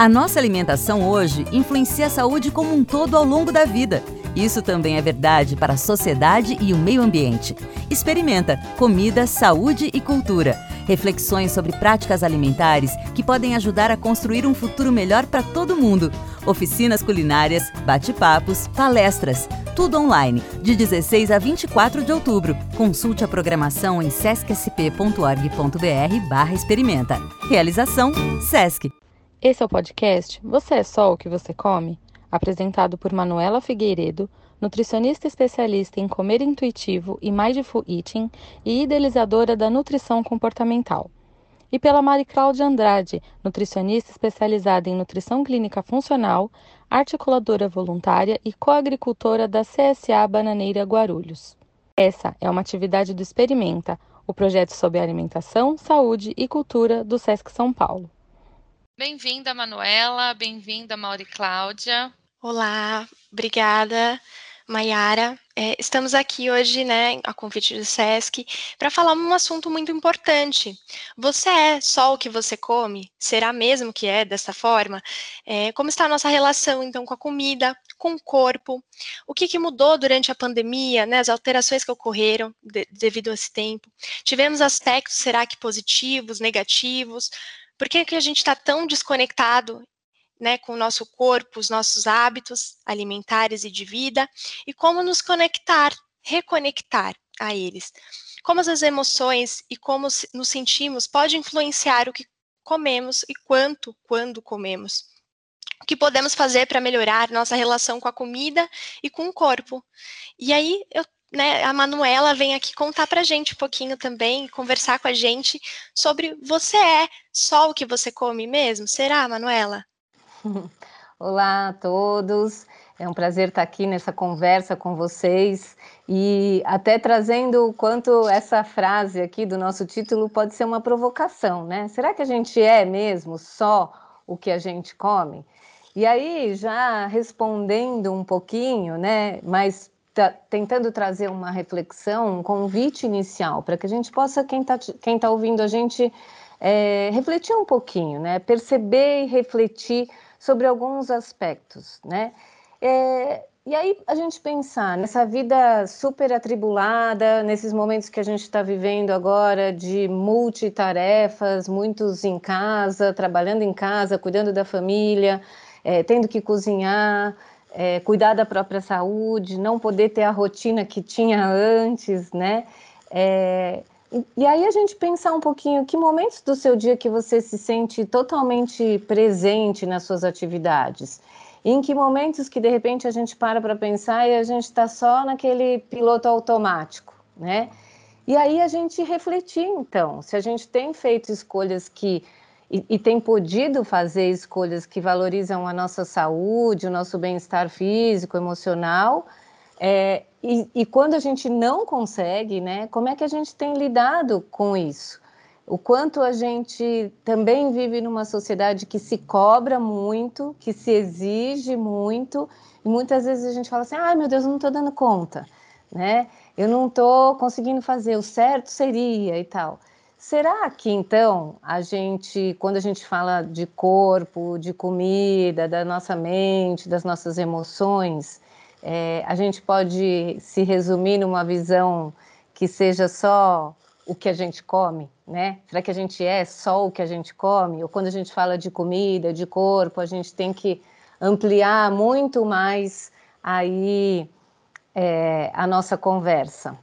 A nossa alimentação hoje influencia a saúde como um todo ao longo da vida. Isso também é verdade para a sociedade e o meio ambiente. Experimenta Comida, Saúde e Cultura. Reflexões sobre práticas alimentares que podem ajudar a construir um futuro melhor para todo mundo. Oficinas culinárias, bate-papos, palestras. Tudo online, de 16 a 24 de outubro. Consulte a programação em sescsp.org.br/experimenta. Realização SESC. Esse é o podcast Você é Só o que Você Come? Apresentado por Manuela Figueiredo, nutricionista especialista em comer intuitivo e Mindful Eating e idealizadora da nutrição comportamental. E pela Mari Cláudia Andrade, nutricionista especializada em nutrição clínica funcional, articuladora voluntária e coagricultora da CSA Bananeira Guarulhos. Essa é uma atividade do Experimenta, o projeto sobre alimentação, saúde e cultura do SESC São Paulo. Bem-vinda, Manuela. Bem-vinda, Mauri Cláudia. Olá, obrigada, Maiara. Estamos aqui hoje, a convite do SESC, para falar um assunto muito importante. Você é só o que você come? Será mesmo que é dessa forma? Como está a nossa relação, então, com a comida, com o corpo? O que mudou durante a pandemia, as alterações que ocorreram devido a esse tempo? Tivemos aspectos, será que positivos, negativos? Por que a gente está tão desconectado, com o nosso corpo, os nossos hábitos alimentares e de vida? E como nos conectar, reconectar a eles? Como as emoções e como nos sentimos pode influenciar o que comemos e quando comemos? O que podemos fazer para melhorar nossa relação com a comida e com o corpo? E aí, a Manuela vem aqui contar para a gente um pouquinho também, conversar com a gente sobre você é só o que você come mesmo? Será, Manuela? Olá a todos, é um prazer estar aqui nessa conversa com vocês e até trazendo o quanto essa frase aqui do nosso título pode ser uma provocação, né? Será que a gente é mesmo só o que a gente come? E aí, já respondendo um pouquinho, mas tentando trazer uma reflexão, um convite inicial, para que a gente possa, quem tá ouvindo a gente, refletir um pouquinho, perceber e refletir sobre alguns aspectos, e aí a gente pensar nessa vida super atribulada, nesses momentos que a gente está vivendo agora de multitarefas, muitos em casa, trabalhando em casa, cuidando da família, tendo que cozinhar, cuidar da própria saúde, não poder ter a rotina que tinha antes, E aí a gente pensar um pouquinho que momentos do seu dia que você se sente totalmente presente nas suas atividades. Em que momentos que de repente a gente para pensar e a gente está só naquele piloto automático, E aí a gente refletir então, se a gente tem feito escolhas e tem podido fazer escolhas que valorizam a nossa saúde, o nosso bem-estar físico, emocional, e quando a gente não consegue, como é que a gente tem lidado com isso? O quanto a gente também vive numa sociedade que se cobra muito, que se exige muito, e muitas vezes a gente fala assim, ai meu Deus, eu não estou dando conta, Eu não estou conseguindo fazer, o certo seria e tal. Será que, então, quando a gente fala de corpo, de comida, da nossa mente, das nossas emoções, a gente pode se resumir numa visão que seja só o que a gente come, Será que a gente é só o que a gente come? Ou quando a gente fala de comida, de corpo, a gente tem que ampliar muito mais aí a nossa conversa,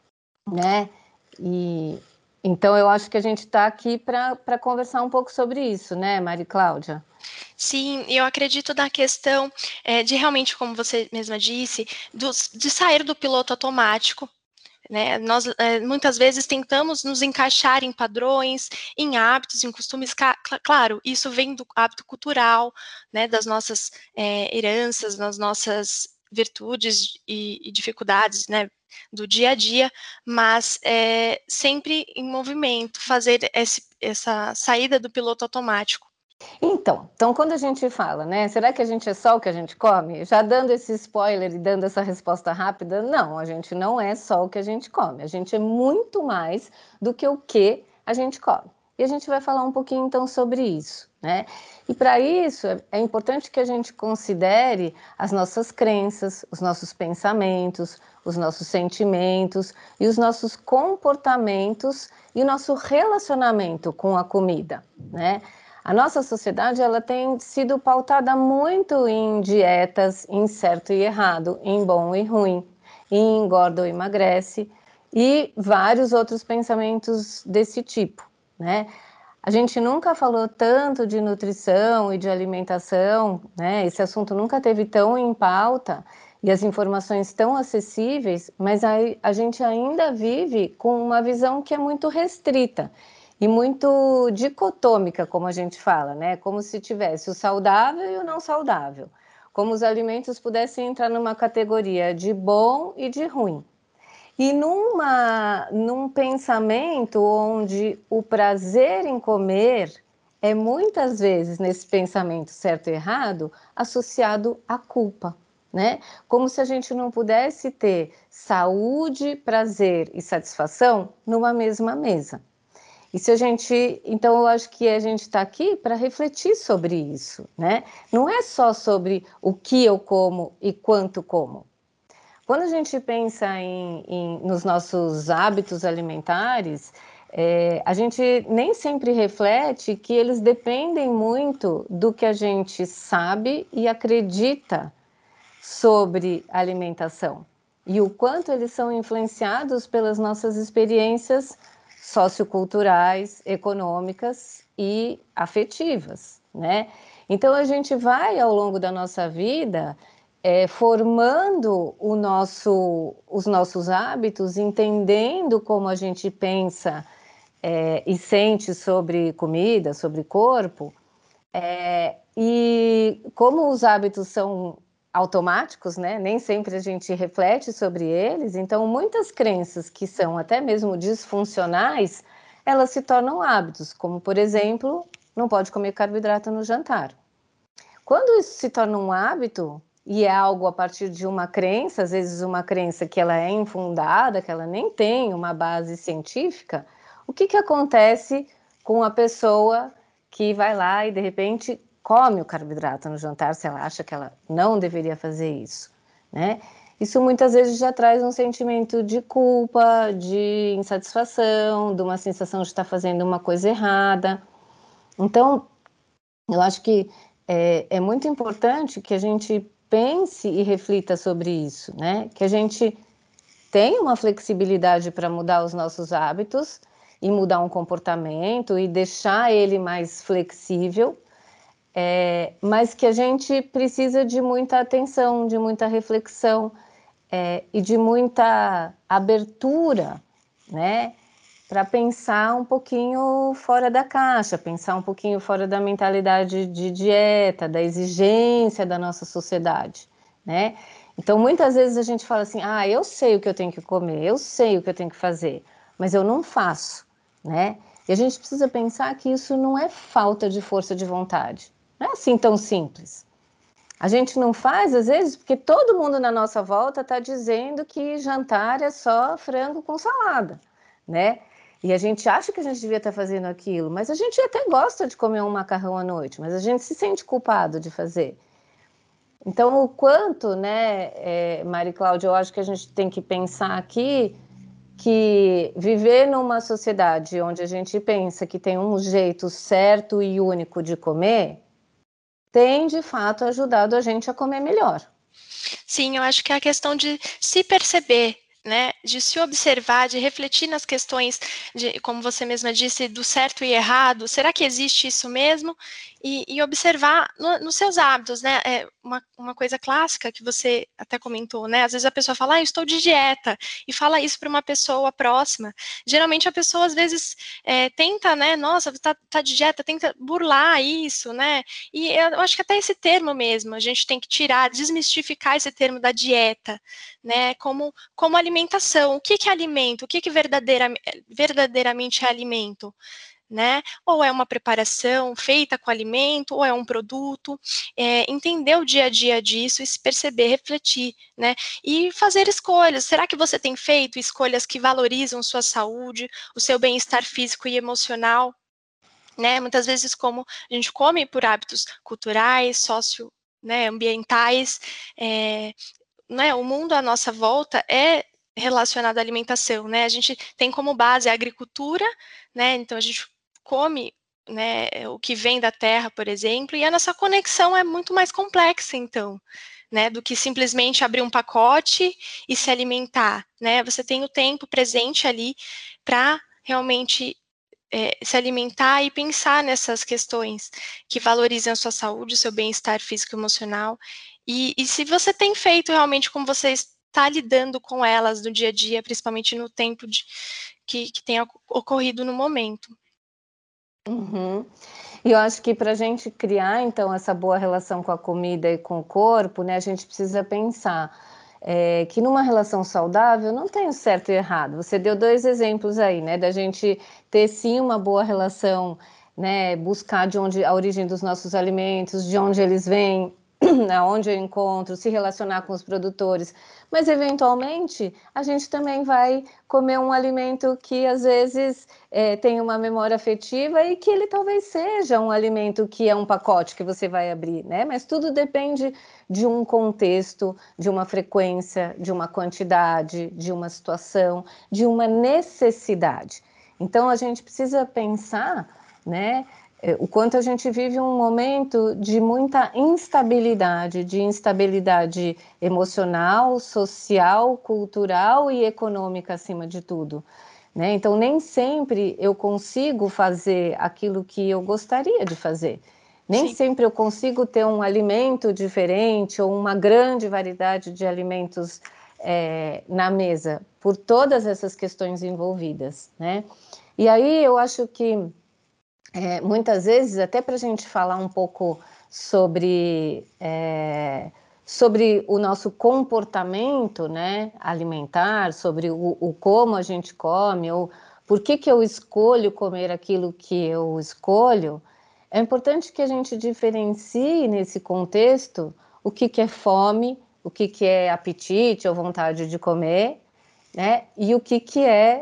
Então, eu acho que a gente está aqui para conversar um pouco sobre isso, Mari Cláudia? Sim, eu acredito na questão de realmente, como você mesma disse, de sair do piloto automático. Nós muitas vezes tentamos nos encaixar em padrões, em hábitos, em costumes, claro, isso vem do hábito cultural, das nossas heranças, das nossas virtudes e dificuldades, do dia a dia, mas sempre em movimento, fazer essa saída do piloto automático. Então, quando a gente fala, será que a gente é só o que a gente come? Já dando esse spoiler e dando essa resposta rápida, não, a gente não é só o que a gente come, a gente é muito mais do que o que a gente come, E a gente vai falar um pouquinho então sobre isso, né? E para isso é importante que a gente considere as nossas crenças, os nossos pensamentos, os nossos sentimentos e os nossos comportamentos e o nosso relacionamento com a comida, né? A nossa sociedade ela tem sido pautada muito em dietas, em certo e errado, em bom e ruim, em engorda ou emagrece e vários outros pensamentos desse tipo, né? A gente nunca falou tanto de nutrição e de alimentação, né? Esse assunto nunca teve tão em pauta e as informações tão acessíveis, mas a gente ainda vive com uma visão que é muito restrita e muito dicotômica, como a gente fala, né? Como se tivesse o saudável e o não saudável, como os alimentos pudessem entrar numa categoria de bom e de ruim. E num pensamento onde o prazer em comer é muitas vezes, nesse pensamento certo e errado, associado à culpa, né? Como se a gente não pudesse ter saúde, prazer e satisfação numa mesma mesa. E se a gente, então eu acho que a gente está aqui para refletir sobre isso, né? Não é só sobre o que eu como e quanto como. Quando a gente pensa nos nossos hábitos alimentares, a gente nem sempre reflete que eles dependem muito do que a gente sabe e acredita sobre alimentação e o quanto eles são influenciados pelas nossas experiências socioculturais, econômicas e afetivas, né? Então a gente vai ao longo da nossa vida formando os nossos hábitos, entendendo como a gente pensa e sente sobre comida, sobre corpo, e como os hábitos são automáticos, né? Nem sempre a gente reflete sobre eles, então muitas crenças que são até mesmo disfuncionais, elas se tornam hábitos, como por exemplo, não pode comer carboidrato no jantar. Quando isso se torna um hábito, e é algo a partir de uma crença, às vezes uma crença que ela é infundada, que ela nem tem uma base científica, o que acontece com a pessoa que vai lá e de repente come o carboidrato no jantar, se ela acha que ela não deveria fazer isso, né? Isso muitas vezes já traz um sentimento de culpa, de insatisfação, de uma sensação de estar fazendo uma coisa errada. Então, eu acho que é muito importante que a gente pense e reflita sobre isso, né? Que a gente tenha uma flexibilidade para mudar os nossos hábitos e mudar um comportamento e deixar ele mais flexível, mas que a gente precisa de muita atenção, de muita reflexão e de muita abertura, né? Para pensar um pouquinho fora da caixa, pensar um pouquinho fora da mentalidade de dieta, da exigência da nossa sociedade, né? Então, muitas vezes a gente fala assim, eu sei o que eu tenho que comer, eu sei o que eu tenho que fazer, mas eu não faço, né? E a gente precisa pensar que isso não é falta de força de vontade, não é assim tão simples. A gente não faz, às vezes, porque todo mundo na nossa volta está dizendo que jantar é só frango com salada, né? E a gente acha que a gente devia estar fazendo aquilo, mas a gente até gosta de comer um macarrão à noite, mas a gente se sente culpado de fazer. Então, o quanto, né, Mari Cláudia, eu acho que a gente tem que pensar aqui que viver numa sociedade onde a gente pensa que tem um jeito certo e único de comer, tem, de fato, ajudado a gente a comer melhor. Sim, eu acho que é a questão de se perceber, né, de se observar, de refletir nas questões, como você mesma disse, do certo e errado, será que existe isso mesmo? E observar nos seus hábitos, né, uma coisa clássica que você até comentou, né, às vezes a pessoa fala, eu estou de dieta, e fala isso para uma pessoa próxima, geralmente a pessoa às vezes tenta, né, nossa, tá de dieta, tenta burlar isso, né, e eu acho que até esse termo mesmo, a gente tem que tirar, desmistificar esse termo da dieta, né, como alimentação, o que é alimento, o que verdadeiramente é alimento, né? Ou é uma preparação feita com alimento, ou é um produto, entender o dia a dia disso e se perceber, refletir, né? E fazer escolhas. Será que você tem feito escolhas que valorizam sua saúde, o seu bem-estar físico e emocional? né? Muitas vezes como a gente come por hábitos culturais, socio, né, ambientais, né, o mundo à nossa volta é relacionado à alimentação, né? A gente tem como base a agricultura, né? Então a gente come, né, o que vem da terra, por exemplo, e a nossa conexão é muito mais complexa, então, né, do que simplesmente abrir um pacote e se alimentar, né? Você tem o tempo presente ali para realmente se alimentar e pensar nessas questões que valorizam a sua saúde, o seu bem-estar físico e emocional. E se você tem feito realmente como você está lidando com elas no dia a dia, principalmente no tempo que tenha ocorrido no momento. Uhum. E eu acho que para a gente criar, então, essa boa relação com a comida e com o corpo, né, a gente precisa pensar que numa relação saudável não tem o certo e errado. Você deu 2 exemplos aí, né, da gente ter sim uma boa relação, né, buscar de onde a origem dos nossos alimentos, de onde eles vêm, aonde eu encontro, se relacionar com os produtores, mas eventualmente a gente também vai comer um alimento que às vezes tem uma memória afetiva e que ele talvez seja um alimento que é um pacote que você vai abrir, né? Mas tudo depende de um contexto, de uma frequência, de uma quantidade, de uma situação, de uma necessidade. Então a gente precisa pensar, né? O quanto a gente vive um momento de muita instabilidade, de instabilidade emocional, social, cultural e econômica acima de tudo, né? Então nem sempre eu consigo fazer aquilo que eu gostaria de fazer. Nem Sim. sempre eu consigo ter um alimento diferente ou uma grande variedade de alimentos na mesa, por todas essas questões envolvidas, né? E aí eu acho que muitas vezes, até para a gente falar um pouco sobre o nosso comportamento, né, alimentar, sobre o como a gente come, ou por que eu escolho comer aquilo que eu escolho, é importante que a gente diferencie nesse contexto o que é fome, o que é apetite ou vontade de comer, né, e o que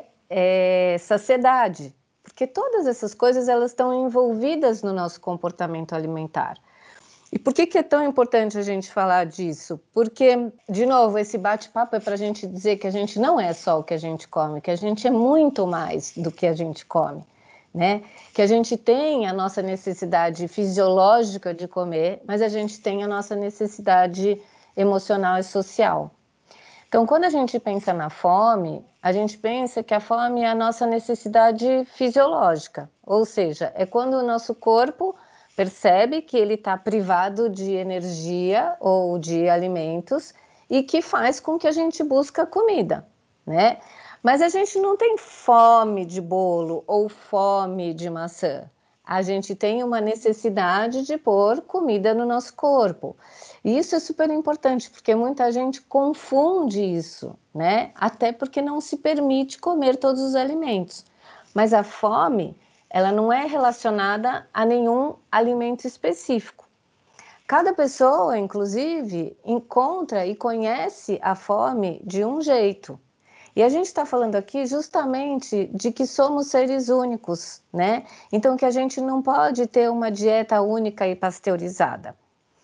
é saciedade. Porque todas essas coisas elas estão envolvidas no nosso comportamento alimentar. E por que é tão importante a gente falar disso? Porque, de novo, esse bate-papo é para a gente dizer que a gente não é só o que a gente come, que a gente é muito mais do que a gente come, né? Que a gente tem a nossa necessidade fisiológica de comer, mas a gente tem a nossa necessidade emocional e social. Então, quando a gente pensa na fome, a gente pensa que a fome é a nossa necessidade fisiológica, ou seja, é quando o nosso corpo percebe que ele está privado de energia ou de alimentos e que faz com que a gente busque comida, né? Mas a gente não tem fome de bolo ou fome de maçã. A gente tem uma necessidade de pôr comida no nosso corpo. E isso é super importante, porque muita gente confunde isso, né? Até porque não se permite comer todos os alimentos. Mas a fome, ela não é relacionada a nenhum alimento específico. Cada pessoa, inclusive, encontra e conhece a fome de um jeito. E a gente está falando aqui justamente de que somos seres únicos, né? Então que a gente não pode ter uma dieta única e pasteurizada.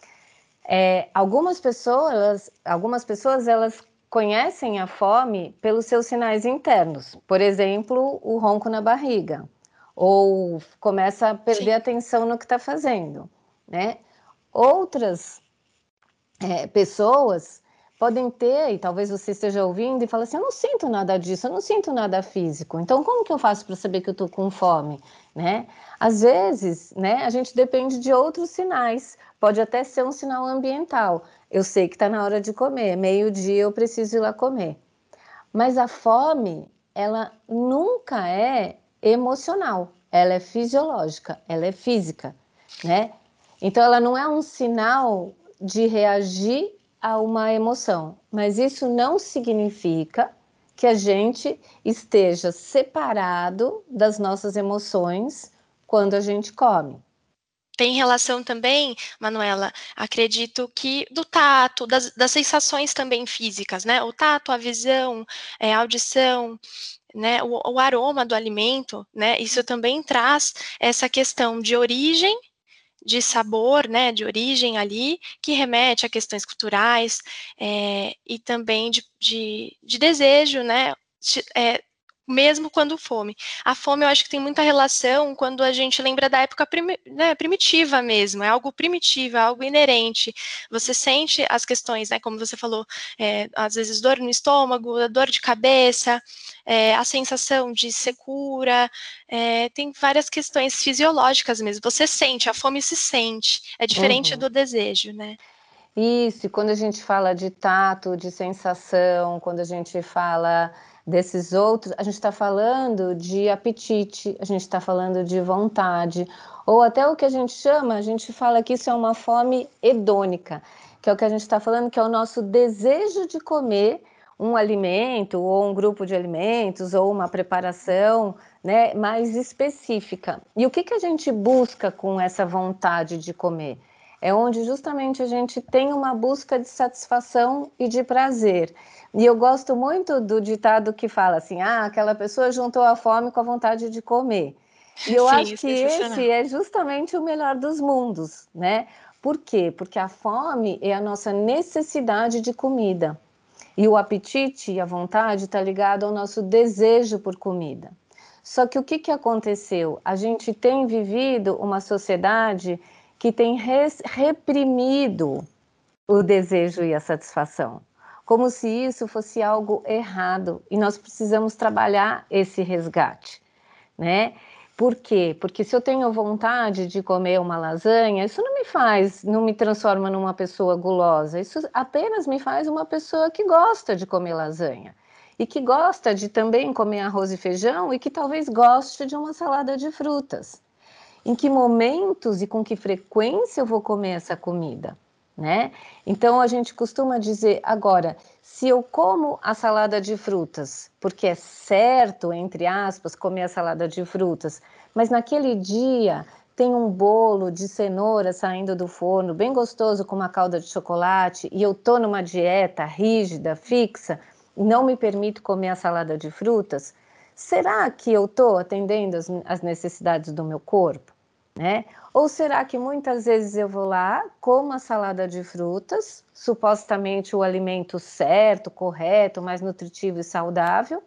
Algumas pessoas elas conhecem a fome pelos seus sinais internos. Por exemplo, o ronco na barriga. Ou começa a perder a atenção no que está fazendo, né? Outras pessoas podem ter, e talvez você esteja ouvindo e fala assim, eu não sinto nada disso, eu não sinto nada físico, então como que eu faço para saber que eu estou com fome, né? Às vezes, né, a gente depende de outros sinais, pode até ser um sinal ambiental, eu sei que está na hora de comer, meio-dia eu preciso ir lá comer, mas a fome, ela nunca é emocional, ela é fisiológica, ela é física, né? Então ela não é um sinal de reagir a uma emoção, mas isso não significa que a gente esteja separado das nossas emoções quando a gente come. Tem relação também, Manuela, acredito que do tato, das sensações também físicas, né? O tato, a visão, a audição, né? O aroma do alimento, né? Isso também traz essa questão de origem, de sabor, né? De origem ali, que remete a questões culturais, e também de desejo, né? Mesmo quando fome. A fome, eu acho que tem muita relação quando a gente lembra da época primitiva mesmo, é algo primitivo, é algo inerente. Você sente as questões, né, como você falou, às vezes dor no estômago, dor de cabeça, a sensação de secura, tem várias questões fisiológicas mesmo. Você sente, a fome se sente, é diferente do desejo, né? Isso, e quando a gente fala de tato, de sensação, quando a gente fala desses outros, a gente está falando de apetite, a gente está falando de vontade, ou até o que a gente fala que isso é uma fome hedônica, que é o que a gente está falando, que é o nosso desejo de comer um alimento, ou um grupo de alimentos, ou uma preparação, né, mais específica. E o que a gente busca com essa vontade de comer? É onde justamente a gente tem uma busca de satisfação e de prazer. E eu gosto muito do ditado que fala assim, aquela pessoa juntou a fome com a vontade de comer. E eu acho que esse é justamente o melhor dos mundos, né? Por quê? Porque a fome é a nossa necessidade de comida. E o apetite e a vontade está ligado ao nosso desejo por comida. Só que o que aconteceu? A gente tem vivido uma sociedade que tem reprimido o desejo e a satisfação, como se isso fosse algo errado, e nós precisamos trabalhar esse resgate, né? Por quê? Porque se eu tenho vontade de comer uma lasanha, isso não me transforma numa pessoa gulosa, isso apenas me faz uma pessoa que gosta de comer lasanha, e que gosta de também comer arroz e feijão, e que talvez goste de uma salada de frutas. Em que momentos e com que frequência eu vou comer essa comida, né? Então a gente costuma dizer, agora, se eu como a salada de frutas, porque é certo, entre aspas, comer a salada de frutas, mas naquele dia tem um bolo de cenoura saindo do forno, bem gostoso, com uma calda de chocolate, e eu tô numa dieta rígida, fixa, e não me permito comer a salada de frutas, será que eu estou atendendo as necessidades do meu corpo, né? Ou será que muitas vezes eu vou lá, como a salada de frutas, supostamente o alimento certo, correto, mais nutritivo e saudável,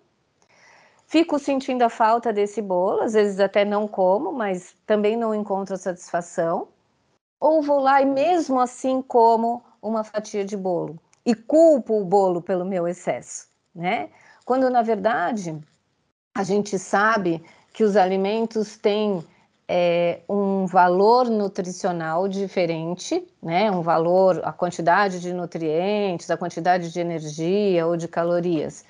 fico sentindo a falta desse bolo, às vezes até não como, mas também não encontro satisfação, ou vou lá e mesmo assim como uma fatia de bolo e culpo o bolo pelo meu excesso, né? Quando na verdade a gente sabe que os alimentos têm um valor nutricional diferente, né? Um valor, a quantidade de nutrientes, a quantidade de energia ou de calorias.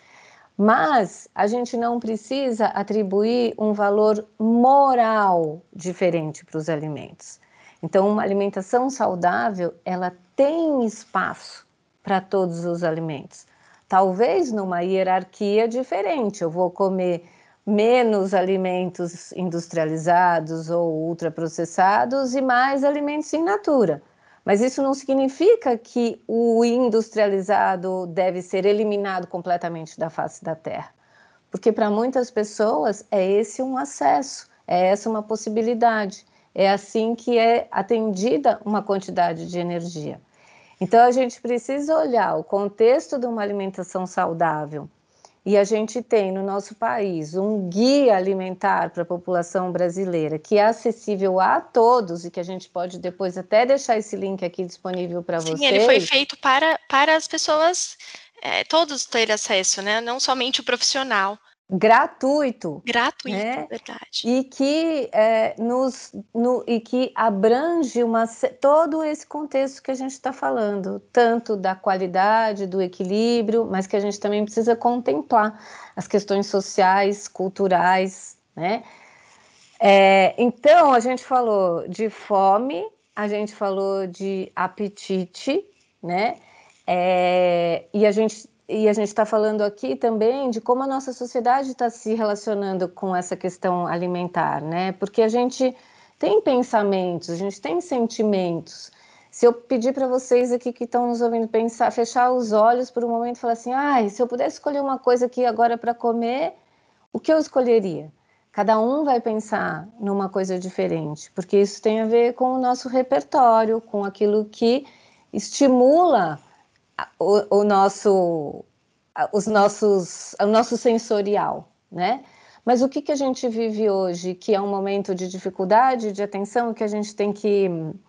Mas a gente não precisa atribuir um valor moral diferente para os alimentos. Então, uma alimentação saudável, ela tem espaço para todos os alimentos. Talvez numa hierarquia diferente, eu vou comer menos alimentos industrializados ou ultraprocessados e mais alimentos in natura. Mas isso não significa que o industrializado deve ser eliminado completamente da face da Terra. Porque para muitas pessoas é esse um acesso, é essa uma possibilidade. É assim que é atendida uma quantidade de energia. Então a gente precisa olhar o contexto de uma alimentação saudável. E a gente tem no nosso país um guia alimentar para a população brasileira que é acessível a todos e que a gente pode depois até deixar esse link aqui disponível para vocês. Sim, ele foi feito para as pessoas, todos terem acesso, né? Não somente o profissional. Gratuito. Gratuito, né? Verdade. E que, e que abrange todo esse contexto que a gente está falando, tanto da qualidade, do equilíbrio, mas que a gente também precisa contemplar as questões sociais, culturais, né? Então, a gente falou de fome, a gente falou de apetite, né? E a gente está falando aqui também de como a nossa sociedade está se relacionando com essa questão alimentar, né? Porque a gente tem pensamentos, a gente tem sentimentos. Se eu pedir para vocês aqui que estão nos ouvindo pensar, fechar os olhos por um momento e falar assim, se eu pudesse escolher uma coisa aqui agora para comer, o que eu escolheria? Cada um vai pensar numa coisa diferente, porque isso tem a ver com o nosso repertório, com aquilo que estimula o nosso sensorial, né? Mas o que a gente vive hoje, que é um momento de dificuldade, de atenção, que a gente tem que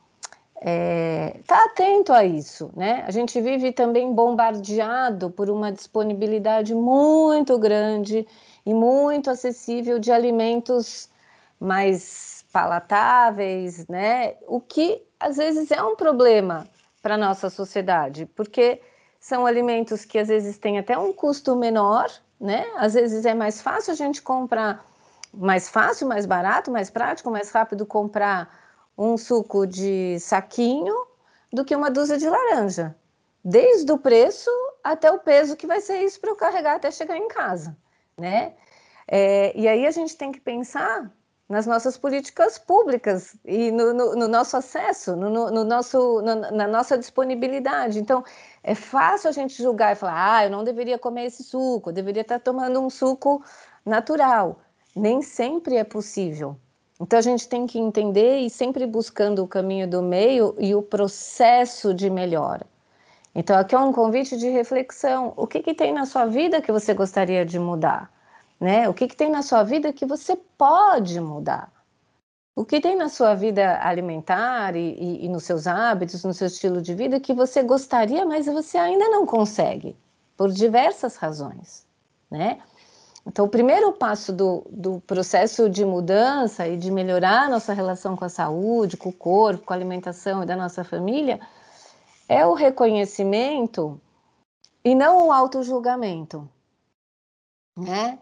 estar atento a isso, né? A gente vive também bombardeado por uma disponibilidade muito grande e muito acessível de alimentos mais palatáveis, né? O que às vezes é um problema para a nossa sociedade, porque são alimentos que às vezes têm até um custo menor, né? Às vezes é mais fácil a gente comprar, mais fácil, mais barato, mais prático, mais rápido comprar um suco de saquinho do que uma dúzia de laranja. Desde o preço até o peso que vai ser isso para eu carregar até chegar em casa, né? E aí a gente tem que pensar nas nossas políticas públicas e no nosso acesso, na nossa disponibilidade. Então, é fácil a gente julgar e falar, eu não deveria comer esse suco, eu deveria estar tomando um suco natural. Nem sempre é possível. Então, a gente tem que entender e sempre buscando o caminho do meio e o processo de melhora. Então, aqui é um convite de reflexão. O que tem na sua vida que você gostaria de mudar? Né? O que tem na sua vida que você pode mudar? O que tem na sua vida alimentar e nos seus hábitos, no seu estilo de vida que você gostaria, mas você ainda não consegue, por diversas razões, né? Então, o primeiro passo do processo de mudança e de melhorar nossa relação com a saúde, com o corpo, com a alimentação e da nossa família, é o reconhecimento e não o autojulgamento, né?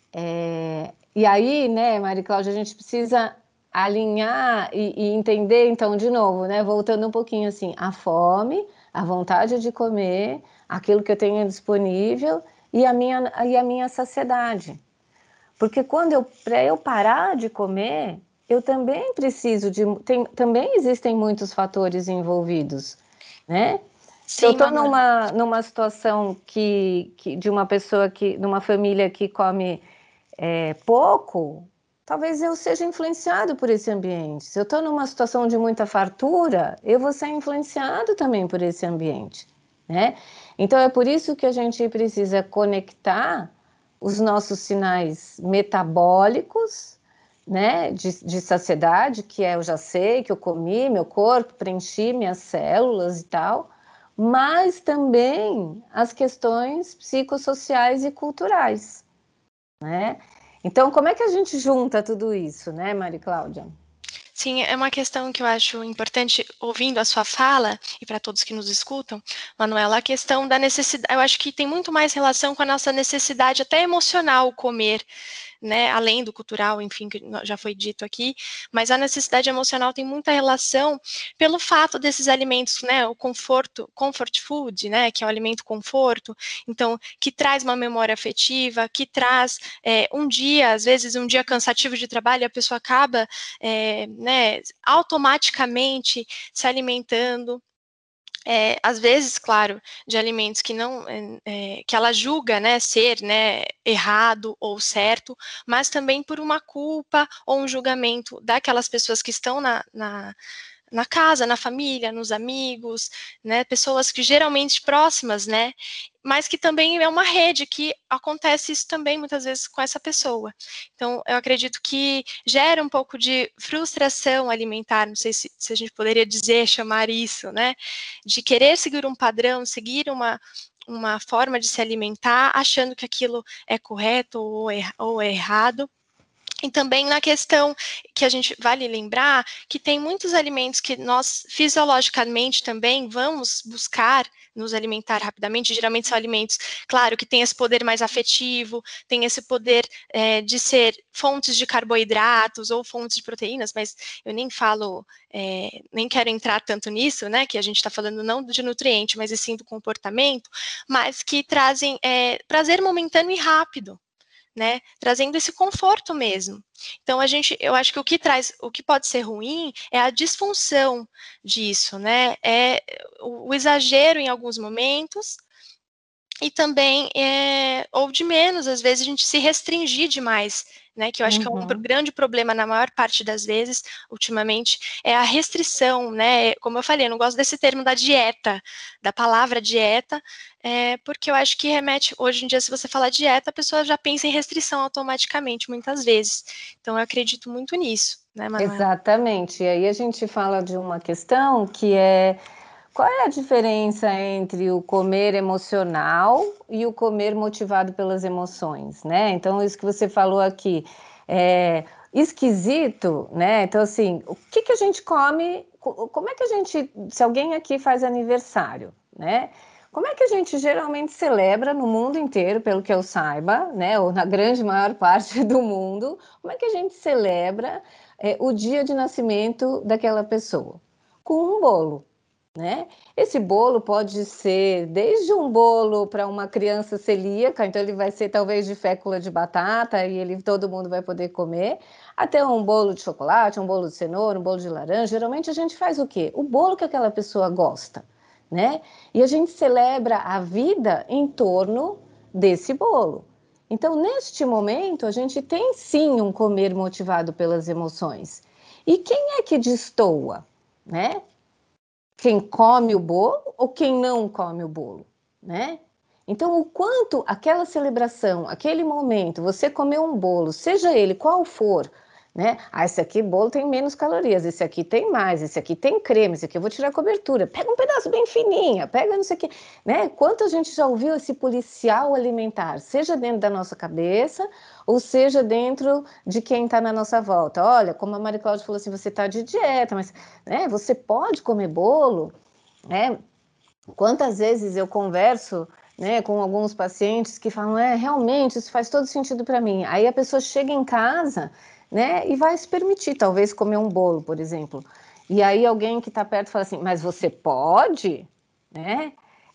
E aí, né, Maria Cláudia, a gente precisa alinhar e entender, então, de novo, né, voltando um pouquinho assim, a fome, a vontade de comer, aquilo que eu tenho disponível e a minha saciedade. Porque para eu parar de comer, eu também preciso também existem muitos fatores envolvidos, né? Se eu estou numa situação de uma pessoa numa família que come pouco, talvez eu seja influenciado por esse ambiente. Se eu estou numa situação de muita fartura, eu vou ser influenciado também por esse ambiente, né? Então, é por isso que a gente precisa conectar os nossos sinais metabólicos, né, de saciedade, que eu já sei que eu comi, meu corpo preenchi minhas células e tal, mas também as questões psicossociais e culturais, né? Então, como é que a gente junta tudo isso, né, Maria Cláudia? Sim, é uma questão que eu acho importante, ouvindo a sua fala, e para todos que nos escutam, Manuela, a questão da necessidade, eu acho que tem muito mais relação com a nossa necessidade até emocional comer, né, além do cultural, enfim, que já foi dito aqui, mas a necessidade emocional tem muita relação pelo fato desses alimentos, né, o comfort food, né, que é o alimento conforto, então, que traz uma memória afetiva, que traz um dia, às vezes um dia cansativo de trabalho, a pessoa acaba, né, automaticamente se alimentando, às vezes, claro, de alimentos que não, que ela julga, né, ser, né, errado ou certo, mas também por uma culpa ou um julgamento daquelas pessoas que estão na casa, na família, nos amigos, né, pessoas que geralmente próximas, né, mas que também é uma rede que acontece isso também muitas vezes com essa pessoa. Então, eu acredito que gera um pouco de frustração alimentar, não sei se a gente poderia chamar isso, né, de querer seguir um padrão, seguir uma forma de se alimentar, achando que aquilo é correto ou é errado. E também na questão que a gente vale lembrar que tem muitos alimentos que nós fisiologicamente também vamos buscar nos alimentar rapidamente, geralmente são alimentos, claro, que tem esse poder mais afetivo, tem esse poder de ser fontes de carboidratos ou fontes de proteínas, mas eu nem falo, nem quero entrar tanto nisso, né, que a gente está falando não de nutriente, mas sim do comportamento, mas que trazem prazer momentâneo e rápido, né? Trazendo esse conforto mesmo. Então, eu acho que o que pode ser ruim é a disfunção disso, né? É o exagero em alguns momentos, e também, ou de menos, às vezes a gente se restringir demais, né, que eu acho que é um grande problema na maior parte das vezes, ultimamente, é a restrição, né, como eu falei, eu não gosto desse termo da dieta, da palavra dieta, porque eu acho que remete, hoje em dia, se você falar dieta, a pessoa já pensa em restrição automaticamente, muitas vezes. Então, eu acredito muito nisso, né, Manuela? Exatamente. E aí a gente fala de uma questão que é: qual é a diferença entre o comer emocional e o comer motivado pelas emoções, né? Então, isso que você falou aqui é esquisito, né? Então, assim, o que que a gente come? Como é que a gente, se alguém aqui faz aniversário, né? Como é que a gente geralmente celebra no mundo inteiro, pelo que eu saiba, né? Ou na grande maior parte do mundo, como é que a gente celebra o dia de nascimento daquela pessoa? Com um bolo. Né? Esse bolo pode ser desde um bolo para uma criança celíaca, então ele vai ser talvez de fécula de batata e todo mundo vai poder comer, até um bolo de chocolate, um bolo de cenoura, um bolo de laranja. Geralmente a gente faz o quê? O bolo que aquela pessoa gosta, né? E a gente celebra a vida em torno desse bolo. Então, neste momento, a gente tem sim um comer motivado pelas emoções. E quem é que destoa, né? Quem come o bolo ou quem não come o bolo, né? Então, o quanto aquela celebração, aquele momento, você comer um bolo, seja ele qual for, né? Ah, esse aqui bolo tem menos calorias, esse aqui tem mais, esse aqui tem creme, esse aqui eu vou tirar a cobertura. Pega um pedaço bem fininha, pega não sei o quê, né? Quanto a gente já ouviu esse policial alimentar, seja dentro da nossa cabeça ou seja dentro de quem está na nossa volta. Olha, como a Maria Cláudia falou assim, você está de dieta, mas né, você pode comer bolo, né? Quantas vezes eu converso, né, com alguns pacientes que falam, realmente, isso faz todo sentido para mim. Aí a pessoa chega em casa, né, e vai se permitir, talvez, comer um bolo, por exemplo. E aí alguém que está perto fala assim, mas você pode? Né?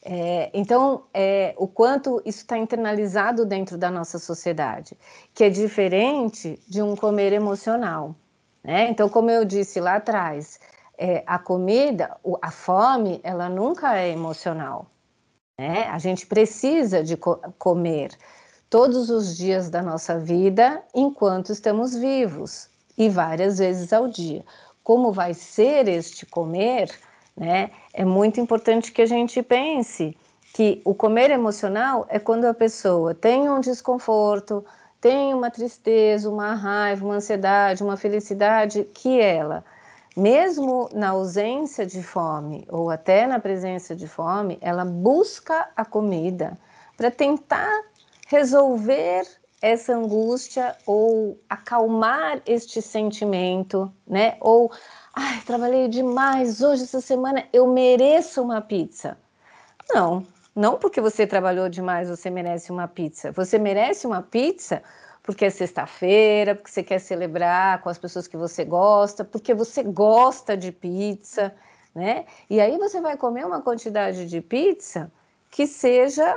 Então, o quanto isso está internalizado dentro da nossa sociedade, que é diferente de um comer emocional. Né? Então, como eu disse lá atrás, a comida, a fome, ela nunca é emocional. Né? A gente precisa de comer todos os dias da nossa vida enquanto estamos vivos e várias vezes ao dia. Como vai ser este comer, né? É muito importante que a gente pense que o comer emocional é quando a pessoa tem um desconforto, tem uma tristeza, uma raiva, uma ansiedade, uma felicidade, que ela, mesmo na ausência de fome ou até na presença de fome, ela busca a comida para tentar resolver essa angústia ou acalmar este sentimento, né? Ou, ai, trabalhei demais hoje, essa semana, eu mereço uma pizza. Não, não porque você trabalhou demais você merece uma pizza. Você merece uma pizza porque é sexta-feira, porque você quer celebrar com as pessoas que você gosta, porque você gosta de pizza, né? E aí você vai comer uma quantidade de pizza que seja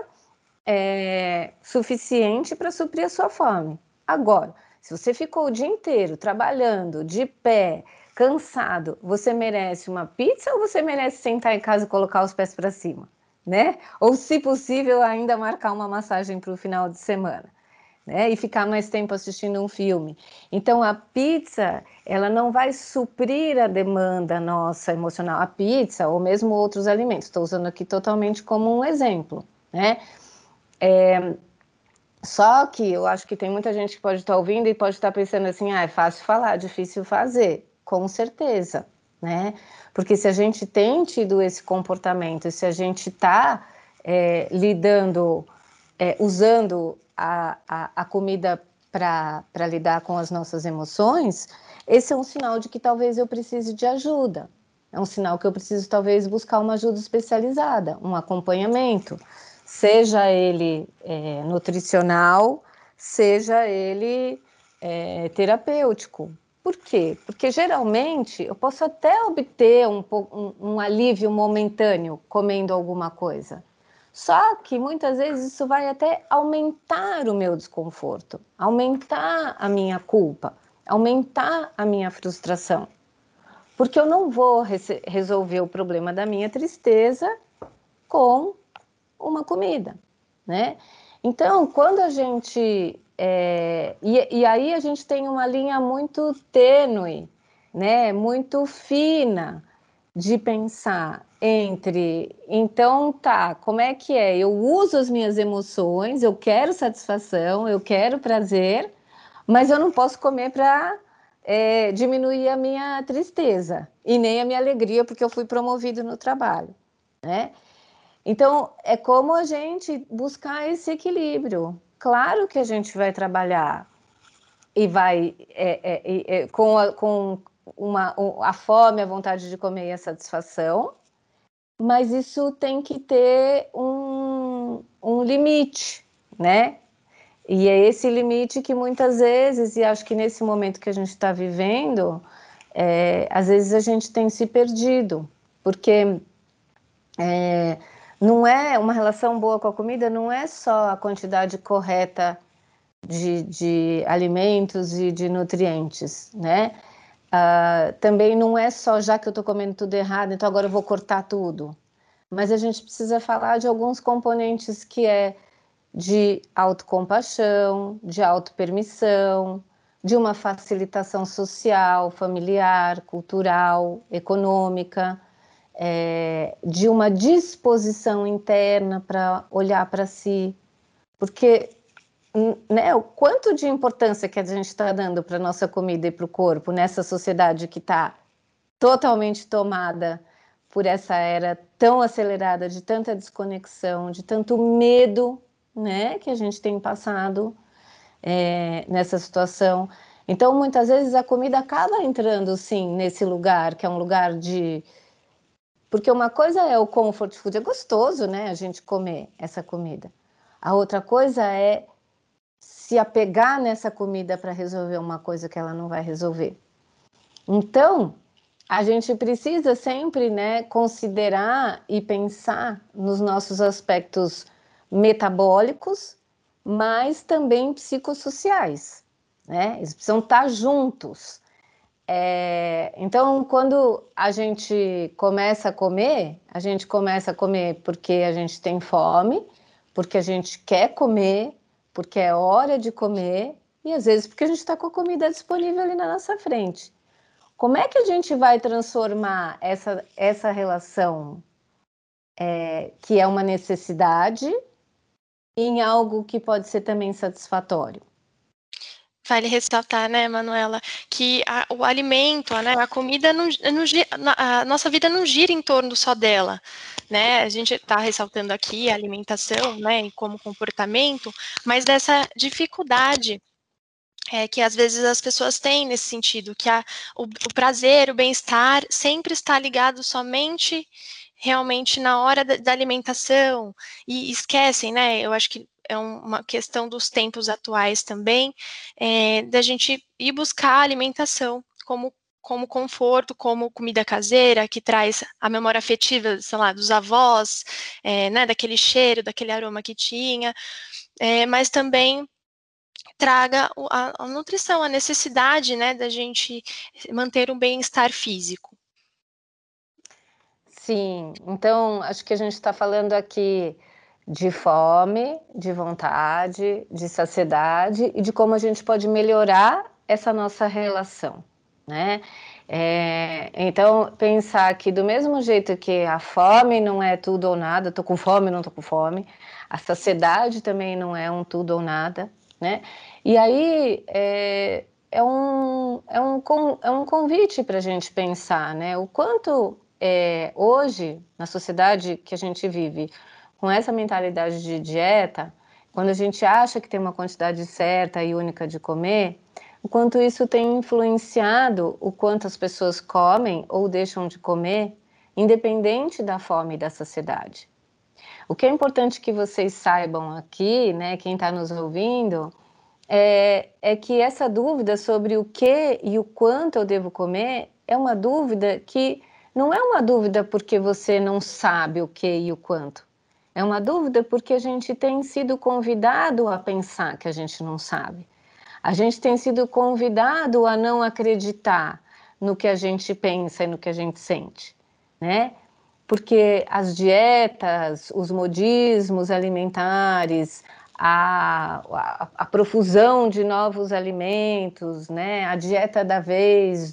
suficiente para suprir a sua fome. Agora, se você ficou o dia inteiro trabalhando, de pé, cansado, você merece uma pizza ou você merece sentar em casa e colocar os pés para cima, né? Ou, se possível, ainda marcar uma massagem para o final de semana, né? E ficar mais tempo assistindo um filme. Então, a pizza, ela não vai suprir a demanda nossa emocional. A pizza, ou mesmo outros alimentos, estou usando aqui totalmente como um exemplo, né? Só que eu acho que tem muita gente que pode estar ouvindo e pode estar pensando assim, é fácil falar, difícil fazer. Com certeza, né? Porque se a gente tem tido esse comportamento, se a gente está lidando, usando a comida para lidar com as nossas emoções, esse é um sinal de que talvez eu precise de ajuda. É um sinal que eu preciso talvez buscar uma ajuda especializada, um acompanhamento, seja ele nutricional, seja ele terapêutico. Por quê? Porque geralmente eu posso até obter um alívio momentâneo comendo alguma coisa. Só que muitas vezes isso vai até aumentar o meu desconforto, aumentar a minha culpa, aumentar a minha frustração. Porque eu não vou resolver o problema da minha tristeza com uma comida, né? Então, quando a gente... E aí a gente tem uma linha muito tênue, né? Muito fina de pensar entre... Então, tá, como é que é? Eu uso as minhas emoções, eu quero satisfação, eu quero prazer, mas eu não posso comer para diminuir a minha tristeza e nem a minha alegria, porque eu fui promovido no trabalho, né? Então, é como a gente buscar esse equilíbrio. Claro que a gente vai trabalhar e vai com a fome, a vontade de comer e a satisfação, mas isso tem que ter um limite, né? E é esse limite que muitas vezes, e acho que nesse momento que a gente está vivendo, às vezes a gente tem se perdido, porque não é uma relação boa com a comida, não é só a quantidade correta de alimentos e de nutrientes, né? Também não é só, já que eu estou comendo tudo errado, então agora eu vou cortar tudo. Mas a gente precisa falar de alguns componentes que é de autocompaixão, de autopermissão, de uma facilitação social, familiar, cultural, econômica, de uma disposição interna para olhar para si, porque, né, o quanto de importância que a gente está dando para a nossa comida e para o corpo nessa sociedade que está totalmente tomada por essa era tão acelerada de tanta desconexão, de tanto medo, né, que a gente tem passado nessa situação. Então, muitas vezes a comida acaba entrando, sim, nesse lugar, que é um lugar de... Porque uma coisa é o comfort food, é gostoso, né, a gente comer essa comida. A outra coisa é se apegar nessa comida para resolver uma coisa que ela não vai resolver. Então, a gente precisa sempre, né, considerar e pensar nos nossos aspectos metabólicos, mas também psicossociais, né? Eles precisam estar juntos. Então, quando a gente começa a comer porque a gente tem fome, porque a gente quer comer, porque é hora de comer, e às vezes porque a gente está com a comida disponível ali na nossa frente. Como é que a gente vai transformar essa relação, que é uma necessidade, em algo que pode ser também satisfatório? Vale ressaltar, né, Manuela, que o alimento, né, a comida, a nossa vida não gira em torno só dela, né? A gente está ressaltando aqui a alimentação, né, como comportamento, mas dessa dificuldade que às vezes as pessoas têm nesse sentido, que o prazer, o bem-estar sempre está ligado somente realmente na hora da alimentação, e esquecem, né? Eu acho que é uma questão dos tempos atuais também, da gente ir buscar a alimentação como conforto, como comida caseira, que traz a memória afetiva, sei lá, dos avós, né, daquele cheiro, daquele aroma que tinha, mas também traga a nutrição, a necessidade, né, da gente manter um bem-estar físico. Sim, então acho que a gente está falando aqui de fome, de vontade, de saciedade e de como a gente pode melhorar essa nossa relação, né? Então, pensar que do mesmo jeito que a fome não é tudo ou nada, estou com fome, não estou com fome, a saciedade também não é um tudo ou nada, né? E aí é um convite para a gente pensar, né? O quanto hoje, na sociedade que a gente vive, com essa mentalidade de dieta, quando a gente acha que tem uma quantidade certa e única de comer, o quanto isso tem influenciado o quanto as pessoas comem ou deixam de comer, independente da fome e da saciedade. O que é importante que vocês saibam aqui, né, quem está nos ouvindo, é que essa dúvida sobre o que e o quanto eu devo comer é uma dúvida que não é uma dúvida porque você não sabe o que e o quanto. É uma dúvida porque a gente tem sido convidado a pensar que a gente não sabe. A gente tem sido convidado a não acreditar no que a gente pensa e no que a gente sente, né? Porque as dietas, os modismos alimentares, a profusão de novos alimentos, né? A dieta da vez,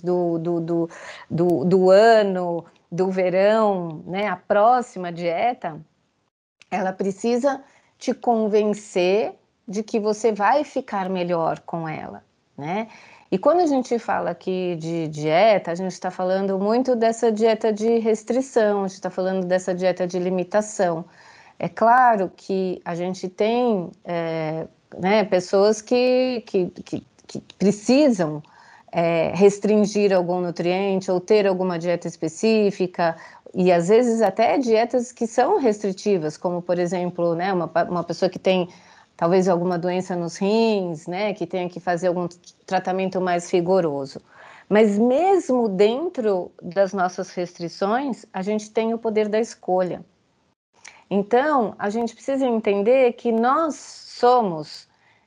do ano, do verão, né? A próxima dieta, ela precisa te convencer de que você vai ficar melhor com ela, né? E quando a gente fala aqui de dieta, a gente está falando muito dessa dieta de restrição, a gente está falando dessa dieta de limitação. É claro que a gente tem né, pessoas que precisam restringir algum nutriente ou ter alguma dieta específica, e às vezes até dietas que são restritivas, como por exemplo, né, uma pessoa que tem talvez alguma doença nos rins, né, que tenha que fazer algum tratamento mais rigoroso. Mas mesmo dentro das nossas restrições, a gente tem o poder da escolha. Então, a gente precisa entender que nós somos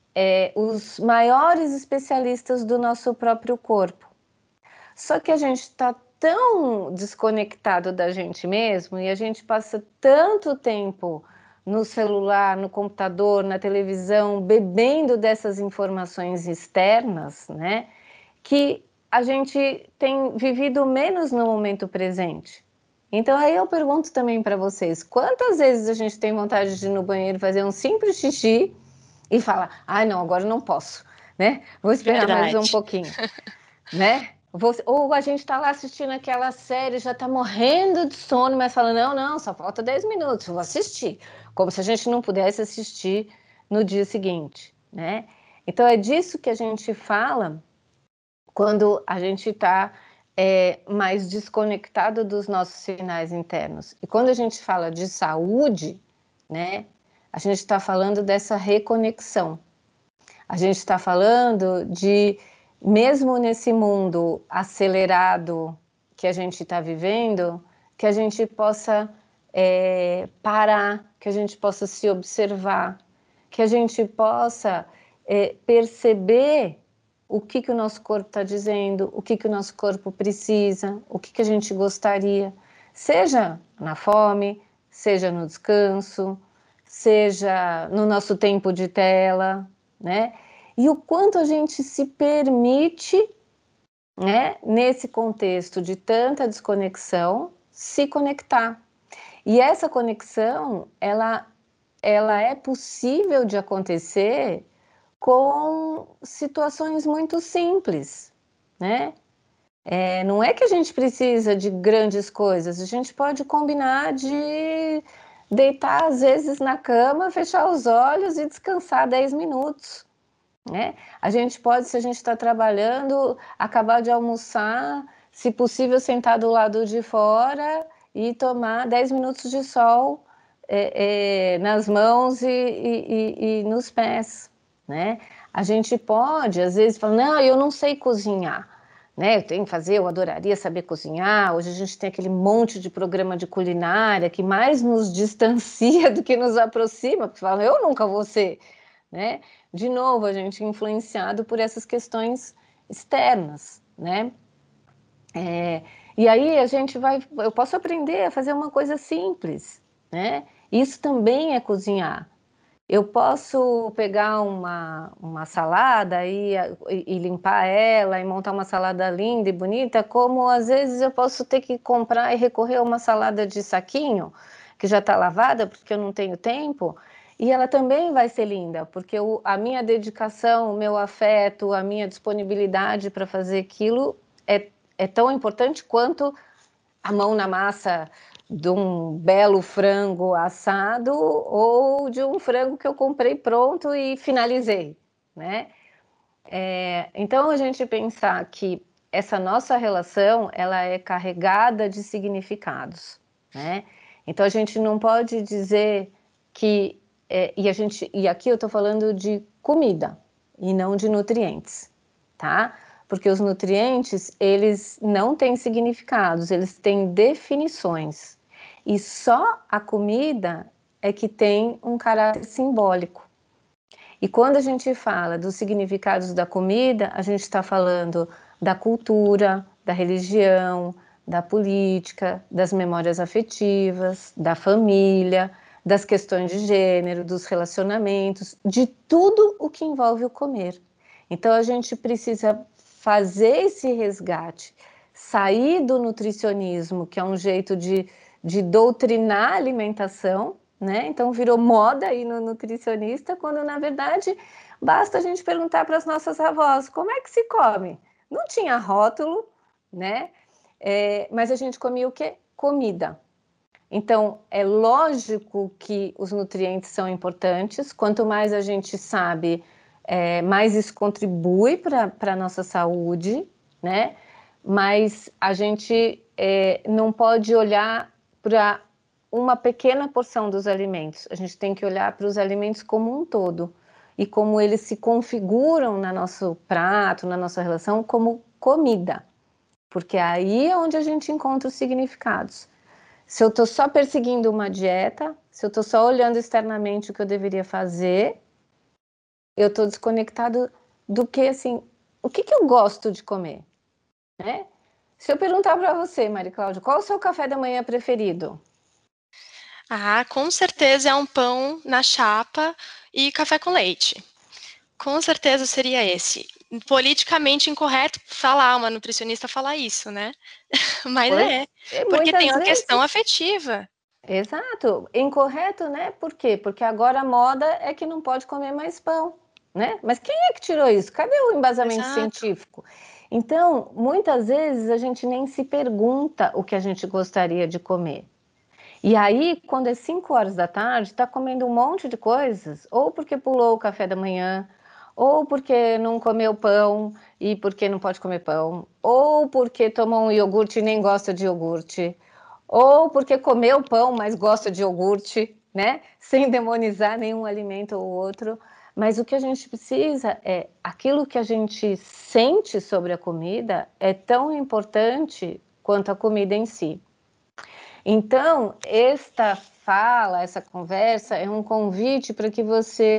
os maiores especialistas do nosso próprio corpo. Só que a gente está tão desconectado da gente mesmo e a gente passa tanto tempo no celular, no computador, na televisão, bebendo dessas informações externas, né, que a gente tem vivido menos no momento presente. Então aí eu pergunto também para vocês, quantas vezes a gente tem vontade de ir no banheiro fazer um simples xixi e fala, não, agora não posso, né? Vou esperar mais um pouquinho, né? Ou a gente está lá assistindo aquela série, já está morrendo de sono, mas fala, não, só falta 10 minutos, vou assistir. Como se a gente não pudesse assistir no dia seguinte, né? Então é disso que a gente fala quando a gente está mais desconectado dos nossos sinais internos. E quando a gente fala de saúde, né? A gente está falando dessa reconexão. A gente está falando de, mesmo nesse mundo acelerado que a gente está vivendo, que a gente possa parar, que a gente possa se observar, que a gente possa perceber o que o nosso corpo está dizendo, o que o nosso corpo precisa, o que a gente gostaria, seja na fome, seja no descanso, seja no nosso tempo de tela, né? E o quanto a gente se permite, né, nesse contexto de tanta desconexão, se conectar. E essa conexão, ela é possível de acontecer com situações muito simples, né? Não é que a gente precisa de grandes coisas, a gente pode combinar de deitar às vezes na cama, fechar os olhos e descansar 10 minutos, né? A gente pode, se a gente está trabalhando, acabar de almoçar, se possível sentar do lado de fora e tomar 10 minutos de sol nas mãos e nos pés, né? A gente pode, às vezes, falar, não, eu não sei cozinhar, né? Eu tenho que fazer, eu adoraria saber cozinhar. Hoje a gente tem aquele monte de programa de culinária que mais nos distancia do que nos aproxima, porque fala, eu nunca vou ser, né? De novo, a gente é influenciado por essas questões externas, né? E aí eu posso aprender a fazer uma coisa simples, né? Isso também é cozinhar. Eu posso pegar uma salada e limpar ela e montar uma salada linda e bonita, como às vezes eu posso ter que comprar e recorrer a uma salada de saquinho, que já está lavada porque eu não tenho tempo, e ela também vai ser linda, porque a minha dedicação, o meu afeto, a minha disponibilidade para fazer aquilo é tão importante quanto a mão na massa de um belo frango assado ou de um frango que eu comprei pronto e finalizei, né? Então, a gente pensar que essa nossa relação, ela é carregada de significados, né? Então, a gente não pode dizer que... e aqui eu estou falando de comida e não de nutrientes, tá? Porque os nutrientes, eles não têm significados, eles têm definições. E só a comida é que tem um caráter simbólico. E quando a gente fala dos significados da comida, a gente está falando da cultura, da religião, da política, das memórias afetivas, da família, das questões de gênero, dos relacionamentos, de tudo o que envolve o comer. Então a gente precisa fazer esse resgate, sair do nutricionismo, que é um jeito de doutrinar a alimentação, né? Então virou moda aí no nutricionista, quando na verdade basta a gente perguntar para as nossas avós como é que se come. Não tinha rótulo, né? Mas a gente comia o quê? Comida. Então é lógico que os nutrientes são importantes. Quanto mais a gente sabe, mais isso contribui para a nossa saúde, né? Mas a gente não pode olhar para uma pequena porção dos alimentos. A gente tem que olhar para os alimentos como um todo e como eles se configuram no nosso prato, na nossa relação, como comida. Porque aí é onde a gente encontra os significados. Se eu estou só perseguindo uma dieta, se eu estou só olhando externamente o que eu deveria fazer, eu estou desconectado do que, assim, o que eu gosto de comer, né? Se eu perguntar para você, Maria Cláudia, qual é o seu café da manhã preferido? Com certeza é um pão na chapa e café com leite. Com certeza seria esse. Politicamente incorreto uma nutricionista falar isso, né? Mas porque tem uma questão afetiva. Exato. Incorreto, né? Por quê? Porque agora a moda é que não pode comer mais pão, né? Mas quem é que tirou isso? Cadê o embasamento científico? Então, muitas vezes a gente nem se pergunta o que a gente gostaria de comer. E aí, quando é 5 horas da tarde, está comendo um monte de coisas, ou porque pulou o café da manhã, ou porque não comeu pão e porque não pode comer pão, ou porque tomou um iogurte e nem gosta de iogurte, ou porque comeu pão, mas gosta de iogurte, né? Sem demonizar nenhum alimento ou outro. Mas o que a gente precisa é aquilo que a gente sente sobre a comida é tão importante quanto a comida em si. Então, esta fala, essa conversa é um convite para que você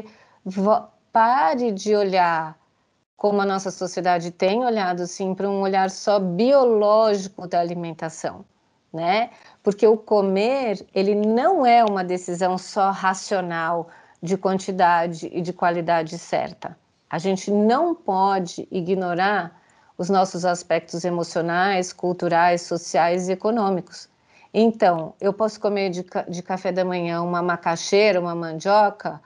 pare de olhar como a nossa sociedade tem olhado, sim, para um olhar só biológico da alimentação, né? Porque o comer, ele não é uma decisão só racional de quantidade e de qualidade certa. A gente não pode ignorar os nossos aspectos emocionais, culturais, sociais e econômicos. Então, eu posso comer de café da manhã uma macaxeira, uma mandioca,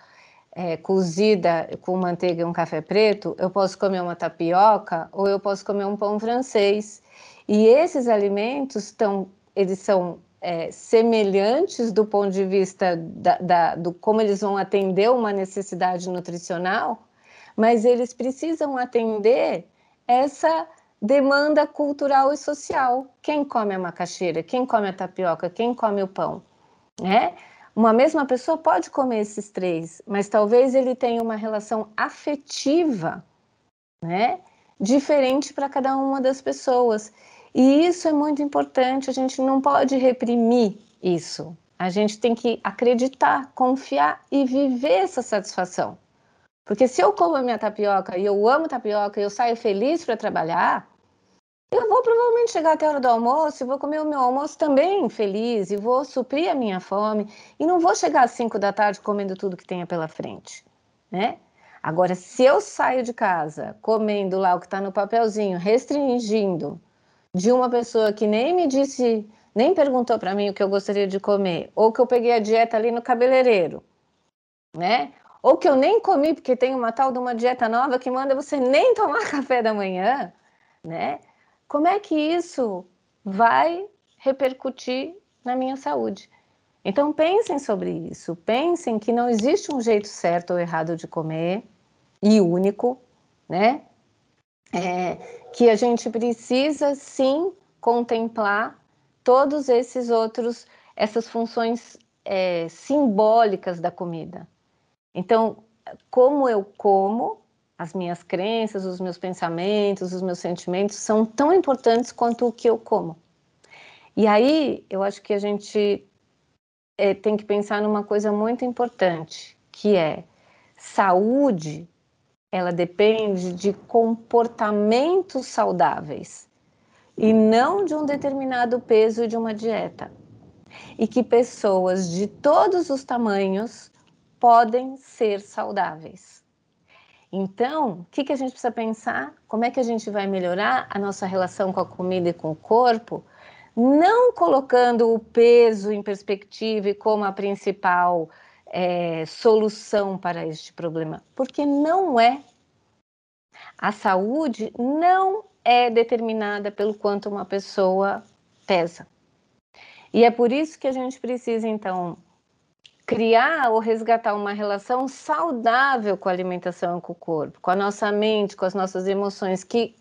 cozida com manteiga e um café preto, eu posso comer uma tapioca ou eu posso comer um pão francês. E esses alimentos eles são semelhantes do ponto de vista do como eles vão atender uma necessidade nutricional, mas eles precisam atender essa demanda cultural e social. Quem come a macaxeira? Quem come a tapioca? Quem come o pão? Né? Uma mesma pessoa pode comer esses 3, mas talvez ele tenha uma relação afetiva, né, diferente para cada uma das pessoas. E isso é muito importante, a gente não pode reprimir isso. A gente tem que acreditar, confiar e viver essa satisfação. Porque se eu como a minha tapioca e eu amo tapioca e eu saio feliz para trabalhar, eu vou provavelmente chegar até a hora do almoço e vou comer o meu almoço também feliz e vou suprir a minha fome e não vou chegar às 5 da tarde comendo tudo que tenha pela frente, né? Agora, se eu saio de casa comendo lá o que está no papelzinho, restringindo de uma pessoa que nem me disse, nem perguntou para mim o que eu gostaria de comer, ou que eu peguei a dieta ali no cabeleireiro, né? Ou que eu nem comi porque tem uma tal de uma dieta nova que manda você nem tomar café da manhã, né? Como é que isso vai repercutir na minha saúde? Então pensem sobre isso, pensem que não existe um jeito certo ou errado de comer e único, né? Que a gente precisa sim contemplar todos esses outros, essas funções simbólicas da comida. Então, como eu como, as minhas crenças, os meus pensamentos, os meus sentimentos são tão importantes quanto o que eu como. E aí, eu acho que a gente tem que pensar numa coisa muito importante, que é saúde, ela depende de comportamentos saudáveis e não de um determinado peso e de uma dieta. E que pessoas de todos os tamanhos podem ser saudáveis. Então, o que a gente precisa pensar? Como é que a gente vai melhorar a nossa relação com a comida e com o corpo? Não colocando o peso em perspectiva e como a principal solução para este problema, porque não é. A saúde não é determinada pelo quanto uma pessoa pesa. E é por isso que a gente precisa, então, criar ou resgatar uma relação saudável com a alimentação e com o corpo, com a nossa mente, com as nossas emoções, que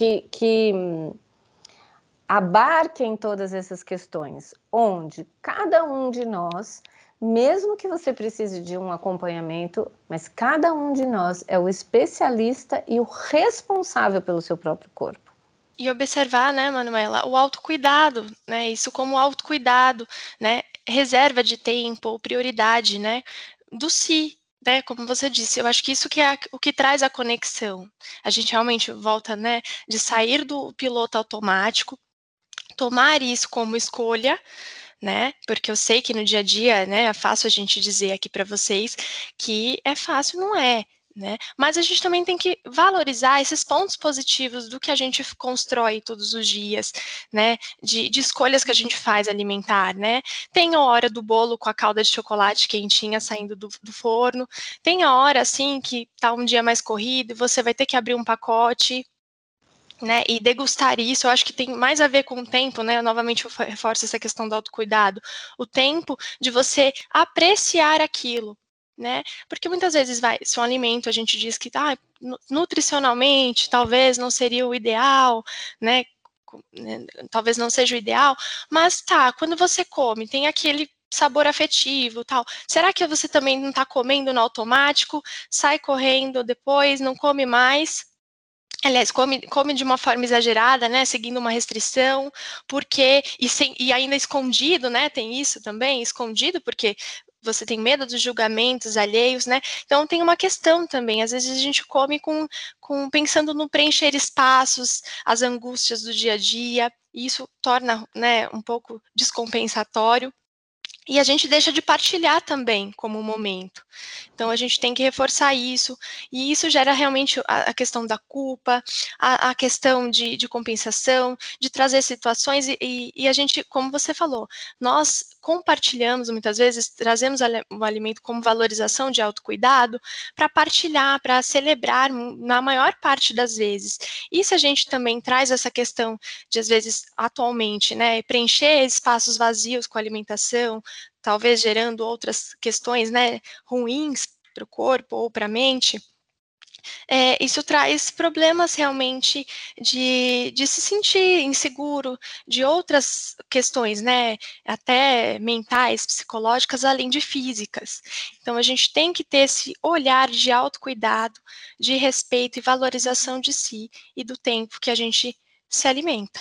abarquem todas essas questões, onde cada um de nós, mesmo que você precise de um acompanhamento, mas cada um de nós é o especialista e o responsável pelo seu próprio corpo. E observar, né, Manuela, o autocuidado, né, isso como autocuidado, né, reserva de tempo, prioridade, né, do si, né, como você disse, eu acho que isso que é o que traz a conexão. A gente realmente volta, né, de sair do piloto automático, tomar isso como escolha, né, porque eu sei que no dia a dia, né, é fácil a gente dizer aqui para vocês que é fácil, não é, né, mas a gente também tem que valorizar esses pontos positivos do que a gente constrói todos os dias, né, de escolhas que a gente faz alimentar, né, tem a hora do bolo com a calda de chocolate quentinha saindo do forno, tem a hora, assim, que tá um dia mais corrido e você vai ter que abrir um pacote, né, e degustar isso, eu acho que tem mais a ver com o tempo, né, novamente eu reforço essa questão do autocuidado, o tempo de você apreciar aquilo, né, porque muitas vezes se um alimento a gente diz que nutricionalmente talvez não seria o ideal, né, talvez não seja o ideal, mas quando você come, tem aquele sabor afetivo, tal, será que você também não está comendo no automático, sai correndo depois, não come mais? Aliás, come de uma forma exagerada, né, seguindo uma restrição, porque, e ainda escondido, né, tem isso também, escondido, porque você tem medo dos julgamentos alheios, né, então tem uma questão também, às vezes a gente come pensando no preencher espaços, as angústias do dia a dia, e isso torna, né, um pouco descompensatório, e a gente deixa de partilhar também como momento. Então, a gente tem que reforçar isso, e isso gera realmente a questão da culpa, a questão de compensação, de trazer situações, e a gente, como você falou, nós compartilhamos, muitas vezes, trazemos o alimento como valorização de autocuidado, para partilhar, para celebrar, na maior parte das vezes. E se a gente também traz essa questão de, às vezes, atualmente, né, preencher espaços vazios com alimentação, talvez gerando outras questões, né, ruins para o corpo ou para a mente, isso traz problemas realmente de se sentir inseguro, de outras questões, né, até mentais, psicológicas, além de físicas. Então, a gente tem que ter esse olhar de autocuidado, de respeito e valorização de si e do tempo que a gente se alimenta.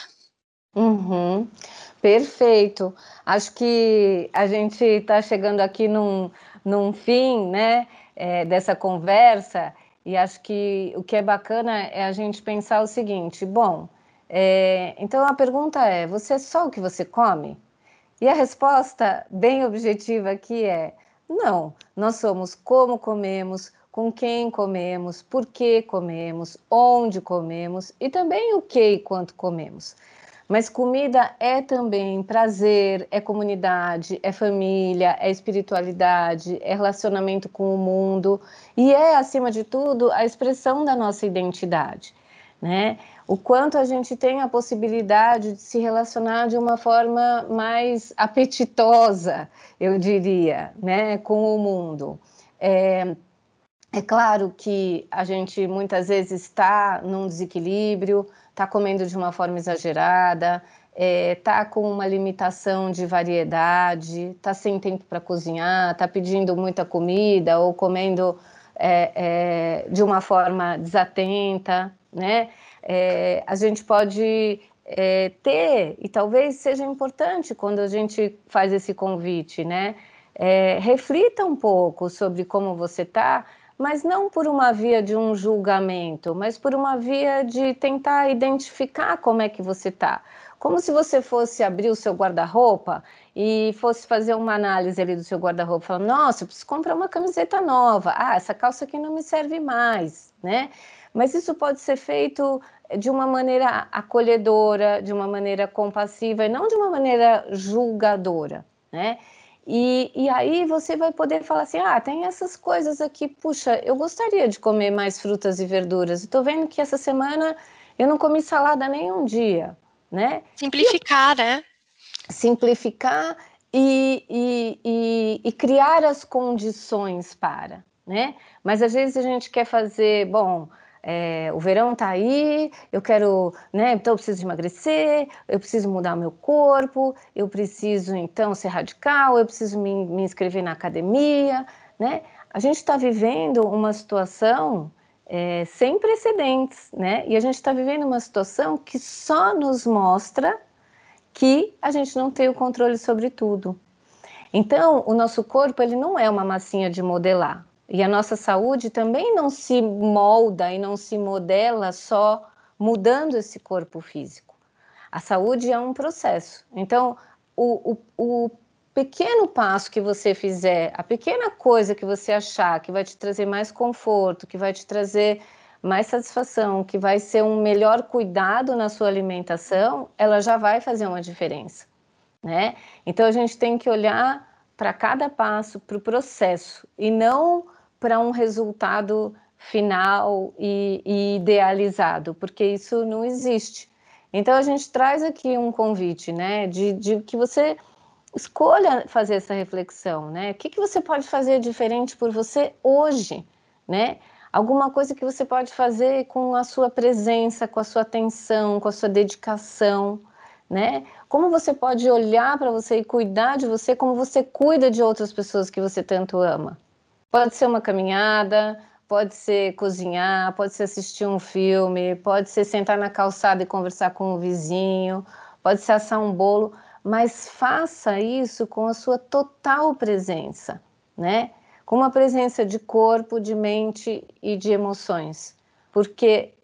Uhum. Perfeito. Acho que a gente está chegando aqui num fim, né, dessa conversa, e acho que o que é bacana é a gente pensar o seguinte: bom, então a pergunta é: você é só o que você come? E a resposta bem objetiva aqui é: não, nós somos como comemos, com quem comemos, por que comemos, onde comemos e também o que e quanto comemos. Mas comida é também prazer, é comunidade, é família, é espiritualidade, é relacionamento com o mundo e é, acima de tudo, a expressão da nossa identidade, né? O quanto a gente tem a possibilidade de se relacionar de uma forma mais apetitosa, eu diria, né, com o mundo. É claro que a gente muitas vezes está num desequilíbrio, está comendo de uma forma exagerada, está com uma limitação de variedade, está sem tempo para cozinhar, está pedindo muita comida ou comendo de uma forma desatenta, né? A gente pode ter, e talvez seja importante quando a gente faz esse convite, né? reflita um pouco sobre como você está, mas não por uma via de um julgamento, mas por uma via de tentar identificar como é que você está. Como se você fosse abrir o seu guarda-roupa e fosse fazer uma análise ali do seu guarda-roupa, falando, nossa, eu preciso comprar uma camiseta nova, essa calça aqui não me serve mais, né? Mas isso pode ser feito de uma maneira acolhedora, de uma maneira compassiva e não de uma maneira julgadora, né? E aí você vai poder falar assim, tem essas coisas aqui, puxa, eu gostaria de comer mais frutas e verduras, estou vendo que essa semana eu não comi salada nenhum dia, né? Simplificar, né? Simplificar e criar as condições para, né? Mas às vezes a gente quer fazer, o verão está aí, eu quero, né? Então eu preciso emagrecer, eu preciso mudar o meu corpo, eu preciso então ser radical, eu preciso me inscrever na academia, né? A gente está vivendo uma situação sem precedentes, né? E a gente está vivendo uma situação que só nos mostra que a gente não tem o controle sobre tudo. Então, o nosso corpo ele não é uma massinha de modelar. E a nossa saúde também não se molda e não se modela só mudando esse corpo físico. A saúde é um processo. Então, o pequeno passo que você fizer, a pequena coisa que você achar que vai te trazer mais conforto, que vai te trazer mais satisfação, que vai ser um melhor cuidado na sua alimentação, ela já vai fazer uma diferença, né? Então a gente tem que olhar para cada passo, para o processo, e não para um resultado final e idealizado, porque isso não existe. Então a gente traz aqui um convite, né, de que você escolha fazer essa reflexão, né? O que você pode fazer diferente por você hoje, né? Alguma coisa que você pode fazer com a sua presença, com a sua atenção, com a sua dedicação, né? Como você pode olhar para você e cuidar de você como você cuida de outras pessoas que você tanto ama. Pode ser uma caminhada, pode ser cozinhar, pode ser assistir um filme, pode ser sentar na calçada e conversar com o vizinho, pode ser assar um bolo, mas faça isso com a sua total presença, né? Com uma presença de corpo, de mente e de emoções, porque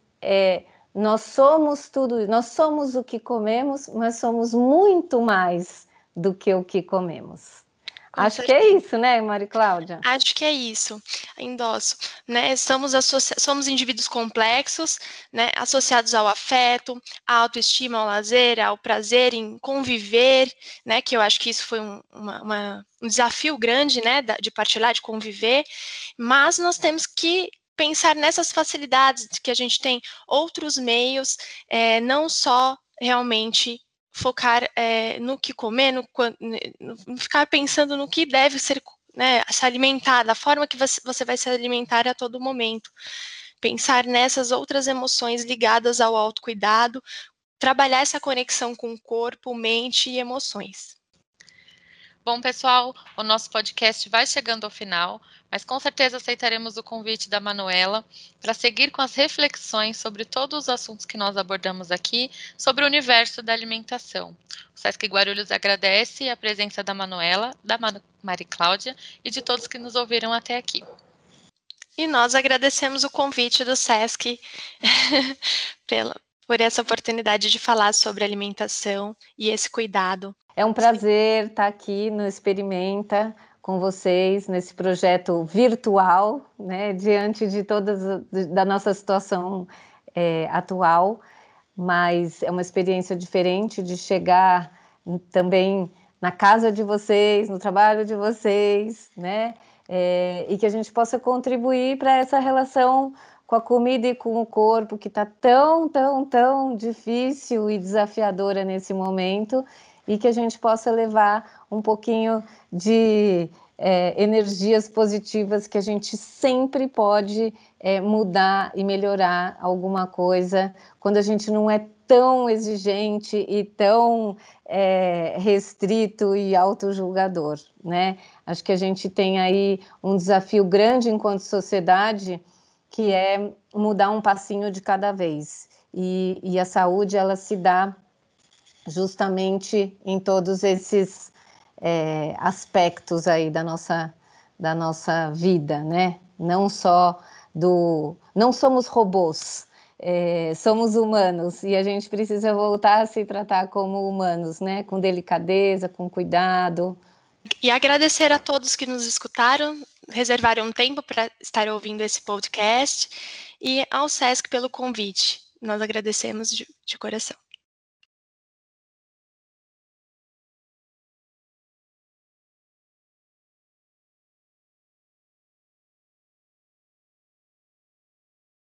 nós somos tudo, nós somos o que comemos, mas somos muito mais do que o que comemos. Acho que é isso, né, Maria Cláudia? Acho que é isso, endosso, né? Somos indivíduos complexos, né? Associados ao afeto, à autoestima, ao lazer, ao prazer em conviver, né? Que eu acho que isso foi um desafio grande, né? De partilhar, de conviver, mas nós temos que pensar nessas facilidades de que a gente tem outros meios, não só realmente focar no que comer, no ficar pensando no que deve ser, né, se alimentar, da forma que você vai se alimentar a todo momento. Pensar nessas outras emoções ligadas ao autocuidado, trabalhar essa conexão com o corpo, mente e emoções. Bom, pessoal, o nosso podcast vai chegando ao final, mas com certeza aceitaremos o convite da Manuela para seguir com as reflexões sobre todos os assuntos que nós abordamos aqui sobre o universo da alimentação. O Sesc Guarulhos agradece a presença da Manuela, da Maria Cláudia e de todos que nos ouviram até aqui. E nós agradecemos o convite do Sesc por essa oportunidade de falar sobre alimentação e esse cuidado. É um prazer estar aqui no Experimenta com vocês, nesse projeto virtual, né, diante de da nossa situação atual, mas é uma experiência diferente de chegar também na casa de vocês, no trabalho de vocês, né, e que a gente possa contribuir para essa relação com a comida e com o corpo, que está tão, tão, tão difícil e desafiadora nesse momento, e que a gente possa levar um pouquinho de energias positivas, que a gente sempre pode mudar e melhorar alguma coisa quando a gente não é tão exigente e tão restrito e autojulgador, né? Acho que a gente tem aí um desafio grande enquanto sociedade, que é mudar um passinho de cada vez. E a saúde, ela se dá justamente em todos esses aspectos aí da nossa vida, né? Não somos robôs, somos humanos e a gente precisa voltar a se tratar como humanos, né? Com delicadeza, com cuidado. E agradecer a todos que nos escutaram, reservaram um tempo para estar ouvindo esse podcast e ao SESC pelo convite. Nós agradecemos de coração.